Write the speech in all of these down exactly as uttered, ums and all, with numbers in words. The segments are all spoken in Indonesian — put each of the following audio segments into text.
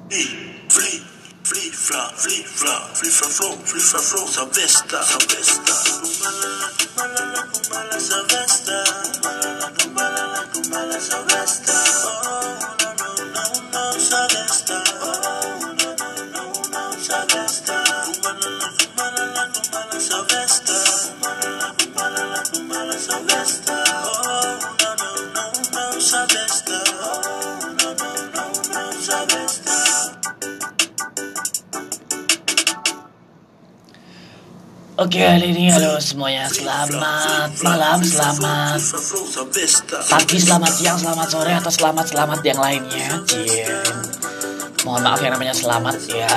Free, free, fla, free, fla, free, fla, flow, free, fla, flow, Salvesta, Salvesta. Kumbala, kumbala, kumbala, Salvesta. Kumbala, kumbala, kumbala, Salvesta. Oh, no, no, no, no, Salvesta. Oh, no, no, no, no, Salvesta. Kumbala, kumbala, kumbala, Salvesta. Kumbala, kumbala, kumbala, Salvesta. Oh, no, no, no, no, Salvesta. Oh, no, no, no, no, Salvesta. Oke, kali ini halo semuanya, selamat malam, selamat pagi, selamat siang, selamat sore, atau selamat-selamat yang lainnya. Cie. Mohon maaf yang namanya selamat ya.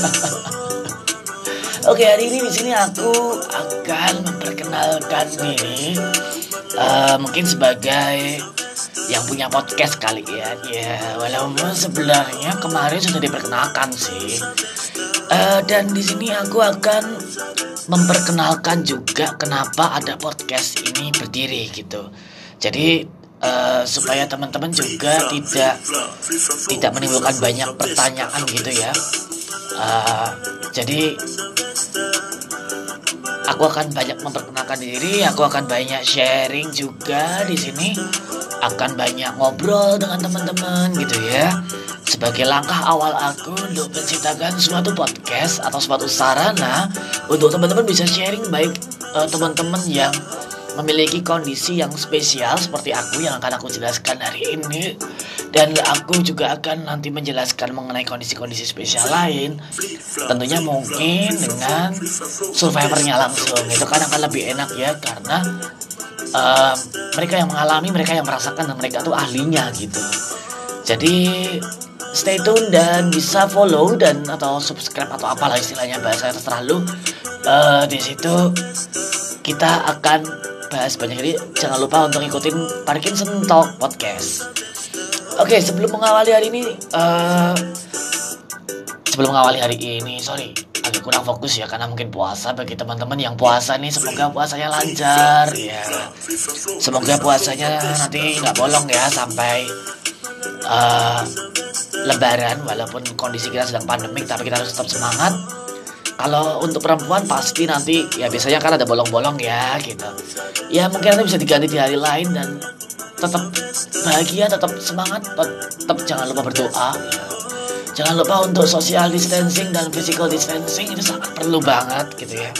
Oke, hari ini di sini aku akan memperkenalkan diri, uh, mungkin sebagai yang punya podcast kali ya. Ya, walaupun sebenarnya kemarin sudah diperkenalkan sih. Uh, dan di sini aku akan memperkenalkan juga kenapa ada podcast ini berdiri gitu. Jadi uh, supaya teman-teman juga tidak tidak menimbulkan banyak pertanyaan gitu ya. Uh, jadi aku akan banyak memperkenalkan diri, aku akan banyak sharing juga di sini, akan banyak ngobrol dengan teman-teman gitu ya. Sebagai langkah awal aku untuk menciptakan suatu podcast atau suatu sarana untuk teman-teman bisa sharing, baik uh, teman-teman yang memiliki kondisi yang spesial seperti aku yang akan aku jelaskan hari ini, dan aku juga akan nanti menjelaskan mengenai kondisi-kondisi spesial lain, tentunya mungkin dengan survivornya langsung. Itu kan akan lebih enak ya, karena uh, mereka yang mengalami, mereka yang merasakan, dan mereka tuh ahlinya gitu. Jadi stay tune dan bisa follow dan atau subscribe atau apalah istilahnya, bahasa terserah lu. Uh, di situ kita akan bahas banyak, jadi jangan lupa untuk ikutin Parkinson Talk Podcast. Oke, sebelum mengawali hari ini, uh, sebelum mengawali hari ini, sorry, agak kurang fokus ya karena mungkin puasa. Bagi teman-teman yang puasa nih, semoga puasanya lancar ya. Semoga puasanya nanti nggak bolong ya sampai uh, Lebaran, walaupun kondisi kita sedang pandemik, tapi kita harus tetap semangat. Kalau untuk perempuan pasti nanti ya biasanya kan ada bolong-bolong ya gitu. Ya mungkin nanti bisa diganti di hari lain, dan tetap bahagia, tetap semangat, tetap jangan lupa berdoa. Jangan lupa untuk social distancing dan physical distancing, itu sangat perlu banget gitu ya.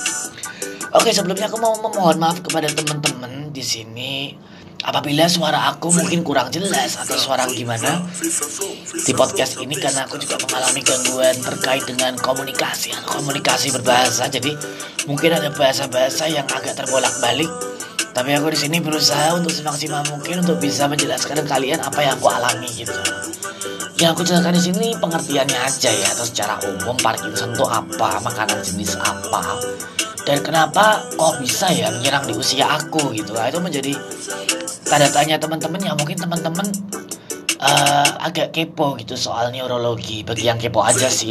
Oke, sebelumnya aku mau memohon maaf kepada teman-teman di sini apabila suara aku mungkin kurang jelas atau suara gimana di podcast ini, karena aku juga mengalami gangguan terkait dengan komunikasi atau komunikasi berbahasa. Jadi mungkin ada bahasa-bahasa yang agak terbolak-balik, tapi aku di sini berusaha untuk semaksimal mungkin untuk bisa menjelaskan ke kalian apa yang aku alami gitu. Yang aku jelaskan di sini pengertiannya aja ya, atau secara umum Parkinson itu apa, makanan jenis apa, dan kenapa kok bisa ya menyerang di usia aku gitu. Nah, itu menjadi tanda tanya teman-teman yang mungkin teman-teman uh, agak kepo gitu soal neurologi. Bagi yang kepo aja sih.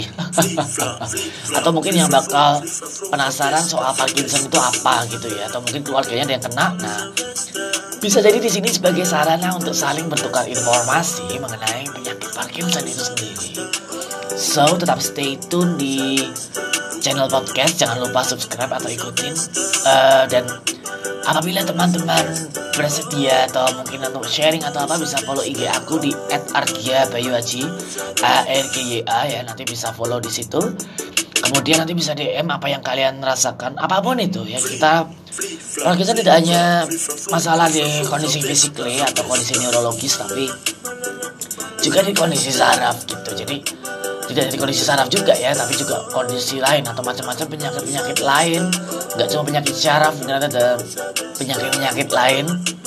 Atau mungkin yang bakal penasaran soal Parkinson itu apa gitu ya, atau mungkin keluarganya ada yang kena. Nah, bisa jadi di sini sebagai sarana untuk saling bertukar informasi mengenai penyakit Parkinson itu sendiri. So, tetap stay tune di channel podcast, jangan lupa subscribe atau ikutin. Uh, dan apabila teman-teman bersedia atau mungkin untuk sharing atau apa, bisa follow I G aku di et argia bayuaji, A R G Y A ya, nanti bisa follow di situ. Kemudian nanti bisa D M apa yang kalian rasakan, apapun itu ya. Kita Parkinson tidak hanya masalah di kondisi fisik atau kondisi neurologis, tapi juga di kondisi saraf gitu. Jadi tidak di kondisi saraf juga ya, tapi juga kondisi lain atau macam-macam penyakit-penyakit lain. Nggak cuma penyakit saraf, ternyata ada penyakit-penyakit lain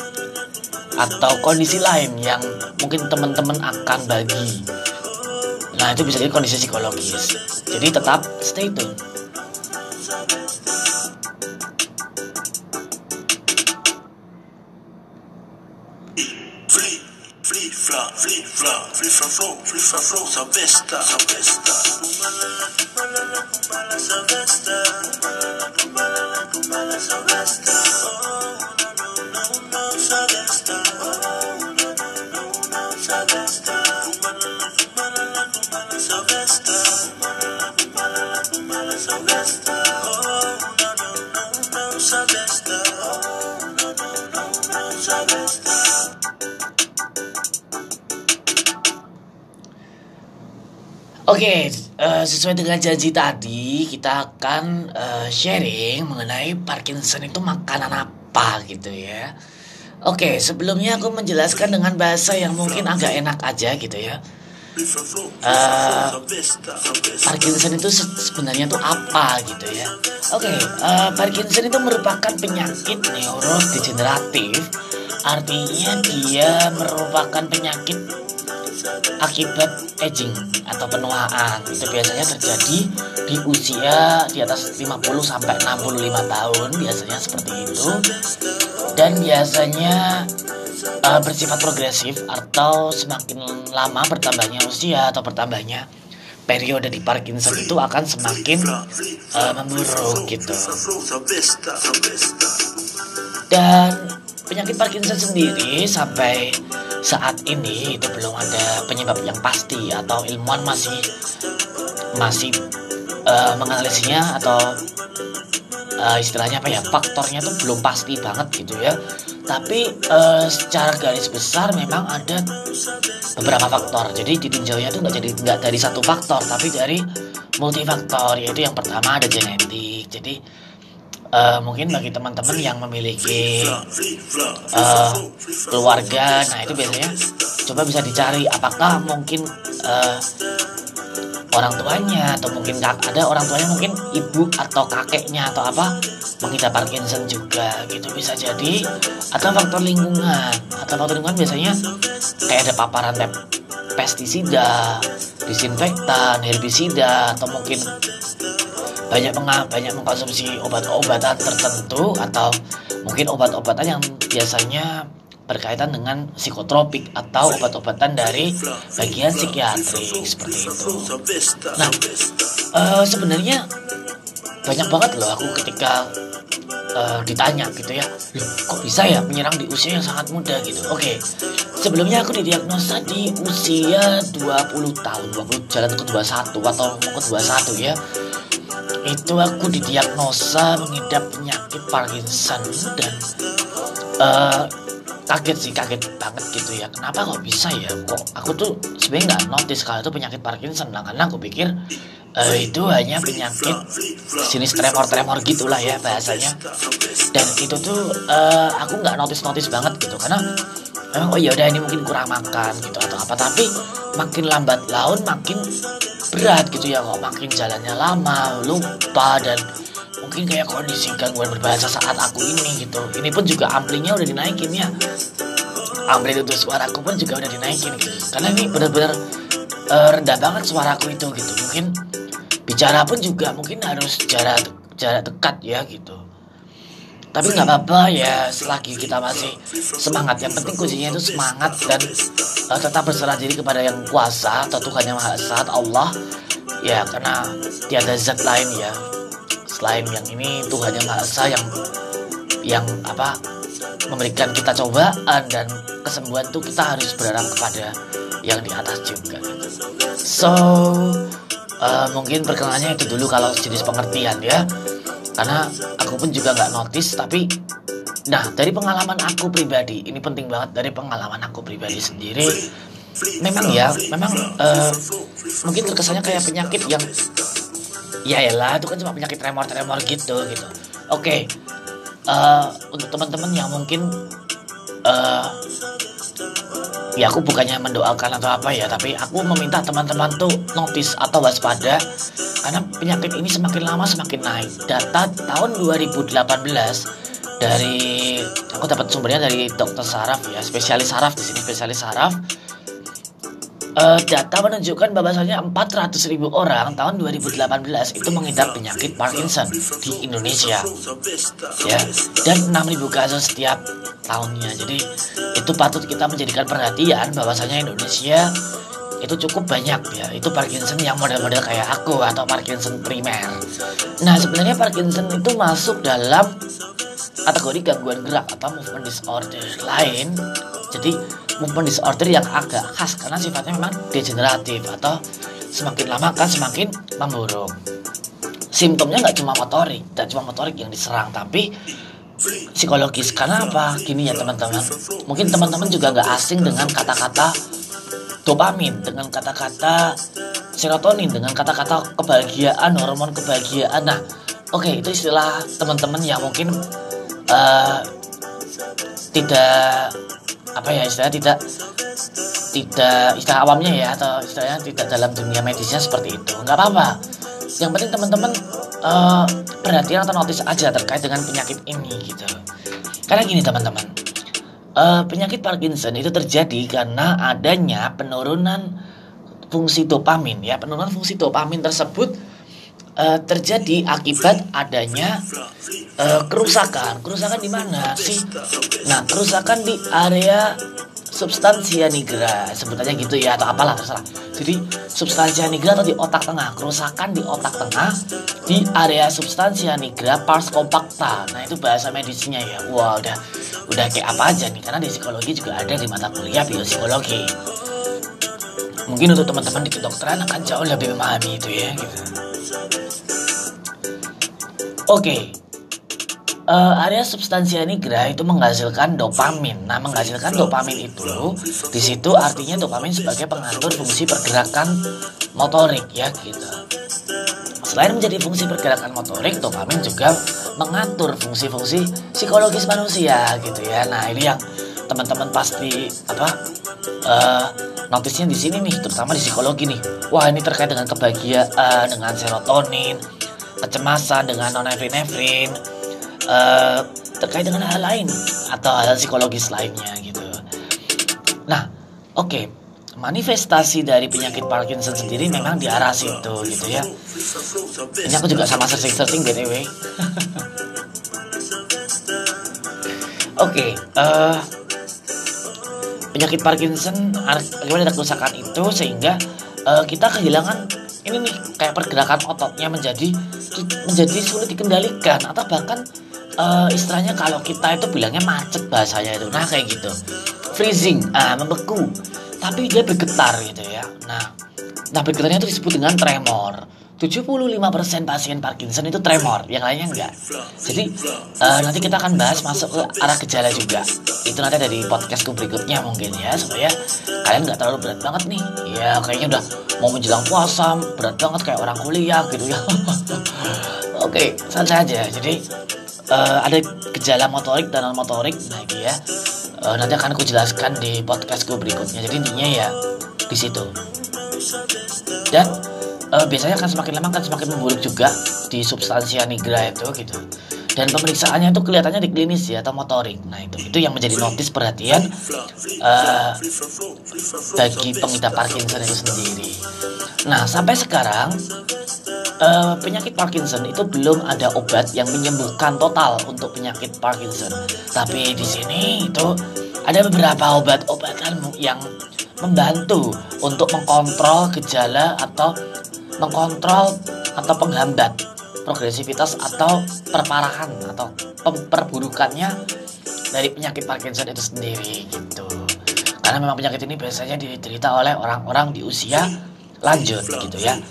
atau kondisi lain yang mungkin teman-teman akan bagi. Nah, itu bisa jadi kondisi psikologis. Jadi tetap stay tune. Free, free, fla, free, fla, free, fla, flow, free, fla, flow, Salvesta, Salvesta. Kumbala, kumbala, kumbala, Salvesta. Kumbala, kumbala, kumbala, Salvesta. Oh, no, no, no, no, Salvesta. Oh, no, no, no, no, Salvesta. Kumbala, kumbala, kumbala, Oke, eh, sesuai dengan janji tadi, kita akan eh, sharing mengenai Parkinson itu makanan apa gitu ya. Oke, sebelumnya aku menjelaskan dengan bahasa yang mungkin agak enak aja gitu ya. Eh, Parkinson itu se- sebenarnya itu apa gitu ya. Oke, eh, Parkinson itu merupakan penyakit neurodegeneratif. Artinya dia merupakan penyakit akibat aging atau penuaan. Itu biasanya terjadi di usia di atas lima puluh sampai enam puluh lima tahun, biasanya seperti itu. Dan biasanya uh, bersifat progresif atau semakin lama bertambahnya usia atau bertambahnya periode di Parkinson itu akan semakin uh, memburuk gitu. Dan penyakit Parkinson sendiri sampai saat ini itu belum ada penyebab yang pasti atau ilmuwan masih masih uh, menganalisisnya atau uh, istilahnya apa ya, faktornya tuh belum pasti banget gitu ya. Tapi uh, secara garis besar memang ada beberapa faktor. Jadi ditinjaunya tuh nggak jadi nggak dari satu faktor, tapi dari multifaktor. Yaitu yang pertama ada genetik. Jadi Uh, mungkin bagi teman-teman yang memiliki uh, keluarga, nah itu biasanya coba bisa dicari apakah mungkin uh, orang tuanya atau mungkin ada orang tuanya, mungkin ibu atau kakeknya atau apa mengidap Parkinson juga gitu, bisa jadi. Atau faktor lingkungan, atau faktor lingkungan biasanya kayak ada paparan pestisida, disinfektan, herbisida, atau mungkin banyak menga- banyak mengkonsumsi obat-obatan tertentu, atau mungkin obat-obatan yang biasanya berkaitan dengan psikotropik atau obat-obatan dari bagian psikiatri seperti itu. Nah, uh, sebenarnya banyak banget loh aku ketika uh, ditanya gitu ya, loh kok bisa ya menyerang di usia yang sangat muda gitu. Oke, sebelumnya aku didiagnosa di usia dua puluh tahun, dua puluh jalan ke dua puluh satu atau mau ke dua puluh satu ya. Itu aku didiagnosa mengidap penyakit Parkinson dan uh, kaget sih, kaget banget gitu ya. Kenapa kok bisa ya? Kok aku tuh sebenarnya nggak notice kalau itu penyakit Parkinson lah, karena aku pikir uh, itu hanya penyakit jenis tremor-tremor gitulah ya bahasanya. Dan itu tuh uh, aku nggak notice-notice banget gitu, karena memang oh ya udah ini mungkin kurang makan gitu atau apa. Tapi makin lambat laun makin berat gitu ya, kok makin jalannya lama, lupa, dan mungkin kayak kondisi gangguan berbahasa saat aku ini gitu. Ini pun juga amplinya udah dinaikin ya, amplitude suaraku pun juga udah dinaikin gitu, karena ini benar-benar uh, rendah banget suaraku itu gitu. Mungkin bicara pun juga mungkin harus jarak jarak dekat ya gitu. Tapi nggak apa-apa ya, selagi kita masih semangat. Yang penting kuncinya itu semangat dan uh, tetap berserah diri kepada yang kuasa atau Tuhan yang Maha Esa, Allah ya, karena tiada zat lain ya selain yang ini, Tuhan yang Maha Esa, yang yang apa memberikan kita cobaan dan kesembuhan. Tuh kita harus berharap kepada yang di atas juga gitu. So uh, mungkin perkenalannya itu dulu kalau jenis pengertian ya, karena aku pun juga nggak notice. Tapi nah, dari pengalaman aku pribadi, ini penting banget, dari pengalaman aku pribadi sendiri, memang ya memang uh, mungkin terkesannya kayak penyakit yang ya elah itu kan cuma penyakit tremor-tremor gitu gitu. Oke, uh, untuk teman-teman yang mungkin uh, ya aku bukannya mendoakan atau apa ya, tapi aku meminta teman-teman tuh notice atau waspada, karena penyakit ini semakin lama semakin naik. Data tahun dua ribu delapan belas dari aku dapat sumbernya dari dokter saraf ya, spesialis saraf di sini, spesialis saraf. Uh, data menunjukkan bahwasanya empat ratus ribu orang tahun dua ribu delapan belas itu mengidap penyakit Parkinson di Indonesia ya, dan enam ribu kasus setiap tahunnya. Jadi itu patut kita menjadikan perhatian bahwasanya Indonesia itu cukup banyak ya, itu Parkinson yang model-model kayak aku atau Parkinson primer. Nah, sebenarnya Parkinson itu masuk dalam kategori gangguan gerak atau movement disorder lain. Jadi movement disorder yang agak khas karena sifatnya memang degeneratif atau semakin lama kan semakin memburuk. Simptomnya nggak cuma motorik, dan cuma motorik yang diserang, tapi psikologis. Karena apa? Gini ya teman-teman, mungkin teman-teman juga nggak asing dengan kata-kata dopamin, dengan kata-kata serotonin dengan kata-kata kebahagiaan, hormon kebahagiaan. Nah, oke, okay, itu istilah teman-teman yang mungkin uh, tidak apa ya istilahnya tidak tidak istilah awamnya ya, atau istilahnya tidak dalam dunia medisnya seperti itu. Nggak apa-apa. Yang penting teman-teman uh, perhatian atau notice aja terkait dengan penyakit ini gitu. Karena gini teman-teman, uh, penyakit Parkinson itu terjadi karena adanya penurunan fungsi dopamin ya. Penurunan fungsi dopamin tersebut uh, terjadi akibat adanya uh, kerusakan. Kerusakan di mana sih? Nah, kerusakan di area substansia nigra, sebutannya gitu ya, atau apalah terserah. Jadi substansia nigra atau di otak tengah, kerusakan di otak tengah di area substansia nigra pars compacta. Nah, itu bahasa medisnya ya. Wah, udah udah kayak apa aja nih, karena di psikologi juga ada di mata kuliah biopsikologi. Mungkin untuk teman-teman di kedokteran akan jauh lebih memahami itu ya gitu. Oke. Okay. Uh, area substansia nigra itu menghasilkan dopamin. Nah, menghasilkan dopamin itu di situ artinya dopamin sebagai pengatur fungsi pergerakan motorik ya gitu. Selain menjadi fungsi pergerakan motorik, dopamin juga mengatur fungsi-fungsi psikologis manusia gitu ya. Nah, ini yang teman-teman pasti apa uh, notisnya di sini nih, terutama di psikologi nih. Wah, ini terkait dengan kebahagiaan, dengan serotonin, kecemasan, dengan norepinefrin. Uh, terkait dengan hal lain atau hal psikologis lainnya gitu. Nah, oke, okay. Manifestasi dari penyakit Parkinson sendiri memang di arah situ gitu ya. Ini aku juga sama searching-searching B T W. Oke, okay, uh, penyakit Parkinson bagaimana ada kerusakan itu sehingga uh, kita kehilangan ini nih kayak pergerakan ototnya menjadi menjadi sulit dikendalikan atau bahkan Uh, istilahnya kalau kita itu bilangnya macet bahasanya itu, nah kayak gitu, freezing, ah membeku, tapi dia bergetar gitu ya. Nah, nah bergetarnya itu disebut dengan tremor. tujuh puluh lima persen pasien Parkinson itu tremor, yang lainnya enggak. Jadi uh, nanti kita akan bahas masuk ke arah gejala juga. Itu nanti ada di podcastku berikutnya mungkin ya, supaya kalian nggak terlalu berat banget nih. Ya kayaknya udah mau menjelang puasa, berat banget kayak orang kuliah gitu ya. Oke, okay, santai aja. Jadi Uh, ada gejala motorik dan non motorik, nah gitu ya. Uh, nanti akan aku jelaskan di podcastku berikutnya. Jadi intinya ya di situ. Dan uh, biasanya akan semakin lama akan semakin memburuk juga di substansia nigra itu gitu. Dan pemeriksaannya itu kelihatannya di klinis ya atau motorik. Nah itu itu yang menjadi notis perhatian uh, bagi pengidap Parkinson itu sendiri. Nah sampai sekarang Uh, penyakit Parkinson itu belum ada obat yang menyembuhkan total untuk penyakit Parkinson. Tapi di sini itu ada beberapa obat-obatan yang membantu untuk mengkontrol gejala atau mengkontrol atau penghambat progresivitas atau perparahan atau perburukannya dari penyakit Parkinson itu sendiri gitu. Karena memang penyakit ini biasanya diderita oleh orang-orang di usia lanjut gitu ya.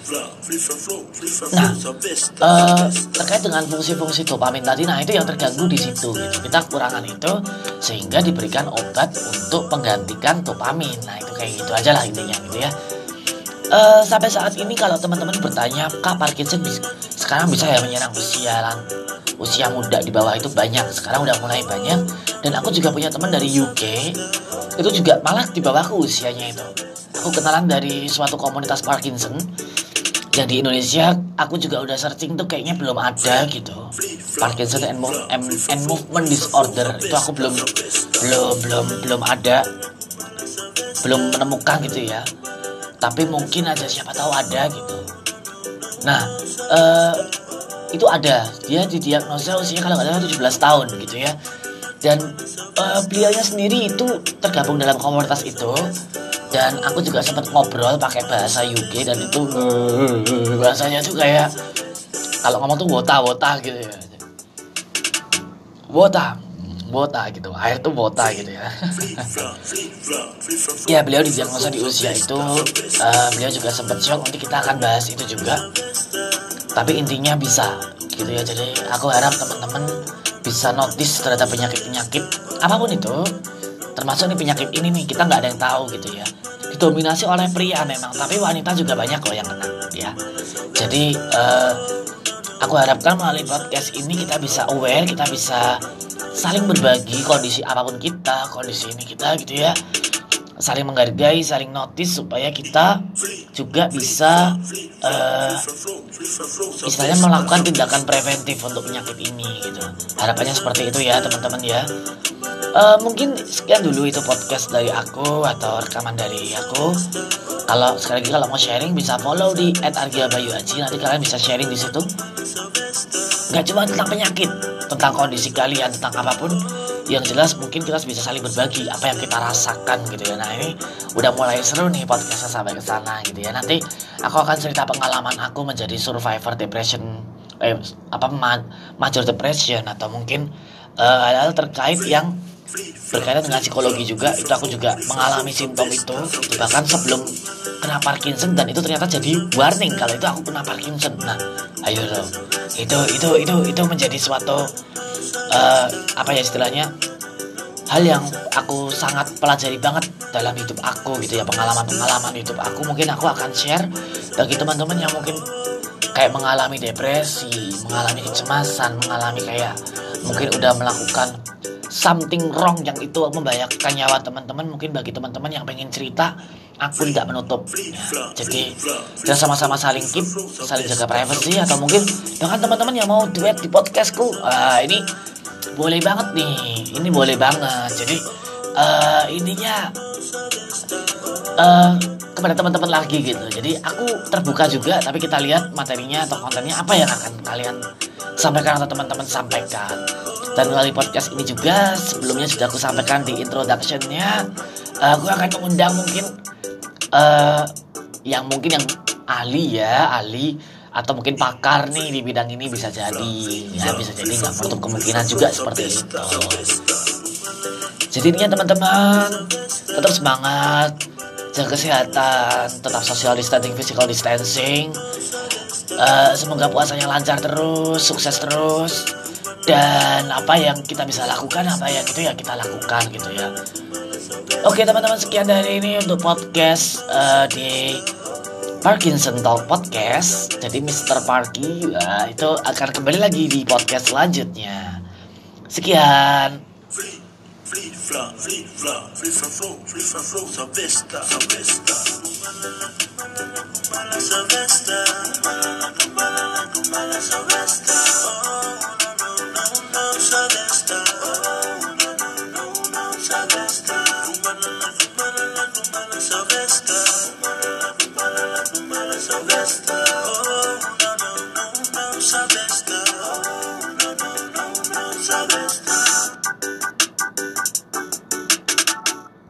Nah, uh, terkait dengan fungsi-fungsi dopamin tadi, nah itu yang terganggu di situ gitu. Kita kekurangan itu sehingga diberikan obat untuk menggantikan dopamin. Nah itu kayak gitu aja lah intinya gitu ya. Uh, sampai saat ini kalau teman-teman bertanya, kak Parkinson bisa, sekarang bisa ya menyerang usia lang, usia muda di bawah itu banyak. Sekarang udah mulai banyak. Dan aku juga punya teman dari U K itu juga malah di bawahku usianya itu. Aku kenalan dari suatu komunitas Parkinson yang di Indonesia. Aku juga udah searching tuh kayaknya belum ada gitu. Parkinson and, Mo- and Movement Disorder itu aku belum belum belum belum ada, belum menemukan gitu ya. Tapi mungkin aja siapa tahu ada gitu. Nah uh, itu ada, dia didiagnosa usia kalau nggak salah tujuh belas tahun gitu ya. Dan uh, beliaunya sendiri itu tergabung dalam komunitas itu. Dan aku juga sempat ngobrol pakai bahasa U K dan itu uh, bahasanya tuh kayak kalau ngomong tuh wota-wota gitu ya. Wota, wota gitu. Air tuh wota gitu ya. Ya beliau didiagnosa di usia itu. Uh, beliau juga sempat shock. Nanti kita akan bahas itu juga. Tapi intinya bisa gitu ya. Jadi aku harap teman-teman bisa notice terhadap penyakit-penyakit apapun itu. Termasuk nih penyakit ini nih, kita nggak ada yang tahu gitu ya. Di didominasi oleh pria memang, tapi wanita juga banyak loh yang kena ya. Jadi uh, aku harapkan melalui podcast ini kita bisa aware, kita bisa saling berbagi kondisi apapun kita, kondisi ini kita gitu ya, saling menghargai, saling notice supaya kita juga bisa uh, istilahnya melakukan tindakan preventif untuk penyakit ini gitu. Harapannya seperti itu ya teman-teman ya. Uh, mungkin sekian dulu itu podcast dari aku atau rekaman dari aku. Kalau sekali lagi kalau mau sharing bisa follow di et argia bayu aji. Nanti kalian bisa sharing di situ. Gak cuma tentang penyakit, tentang kondisi kalian, tentang apapun. Yang jelas mungkin kita bisa saling berbagi apa yang kita rasakan gitu ya. Nah ini udah mulai seru nih podcastnya sampai ke sana gitu ya. Nanti aku akan cerita pengalaman aku menjadi survivor depression, eh, apa major depression atau mungkin uh, hal-hal terkait yang berkaitan dengan psikologi juga. Itu aku juga mengalami simptom itu bahkan sebelum kena Parkinson, dan itu ternyata jadi warning kalau itu aku kena Parkinson. Nah ayo dong, itu itu itu itu menjadi suatu uh, apa ya istilahnya hal yang aku sangat pelajari banget dalam hidup aku gitu ya, pengalaman-pengalaman hidup aku. Mungkin aku akan share bagi teman-teman yang mungkin kayak mengalami depresi, mengalami kecemasan, mengalami kayak mungkin udah melakukan something wrong yang itu membahayakan nyawa teman-teman. Mungkin bagi teman-teman yang pengen cerita, aku tidak menutup ya. Jadi kita sama-sama saling keep, saling jaga privacy. Atau mungkin dengan teman-teman yang mau duet di podcastku, uh, ini boleh banget nih, ini boleh banget. Jadi uh, ininya uh, kepada teman-teman lagi gitu. Jadi aku terbuka juga, tapi kita lihat materinya atau kontennya apa yang akan kalian sampaikan atau teman-teman sampaikan. Dan melalui podcast ini juga sebelumnya sudah aku sampaikan di introduction-nya, uh, aku akan mengundang mungkin uh, yang mungkin yang ahli ya, ahli atau mungkin pakar nih di bidang ini, bisa jadi ya, bisa jadi nggak menutup kemungkinan juga seperti itu. Jadi intinya teman-teman tetap semangat, jaga kesehatan, tetap social distancing, physical distancing. Uh, semoga puasanya lancar terus, sukses terus. Dan apa yang kita bisa lakukan, apa yang itu ya kita lakukan gitu ya. Oke teman-teman, sekian dari ini untuk podcast uh, di Parkinson Talk Podcast. Jadi mister Parky uh, itu akan kembali lagi di podcast selanjutnya. Sekian. Free flow, free flow, free flow, free flow, Savesta, Savesta. Savesta, Savesta. Savesta, oh no no no no Savesta.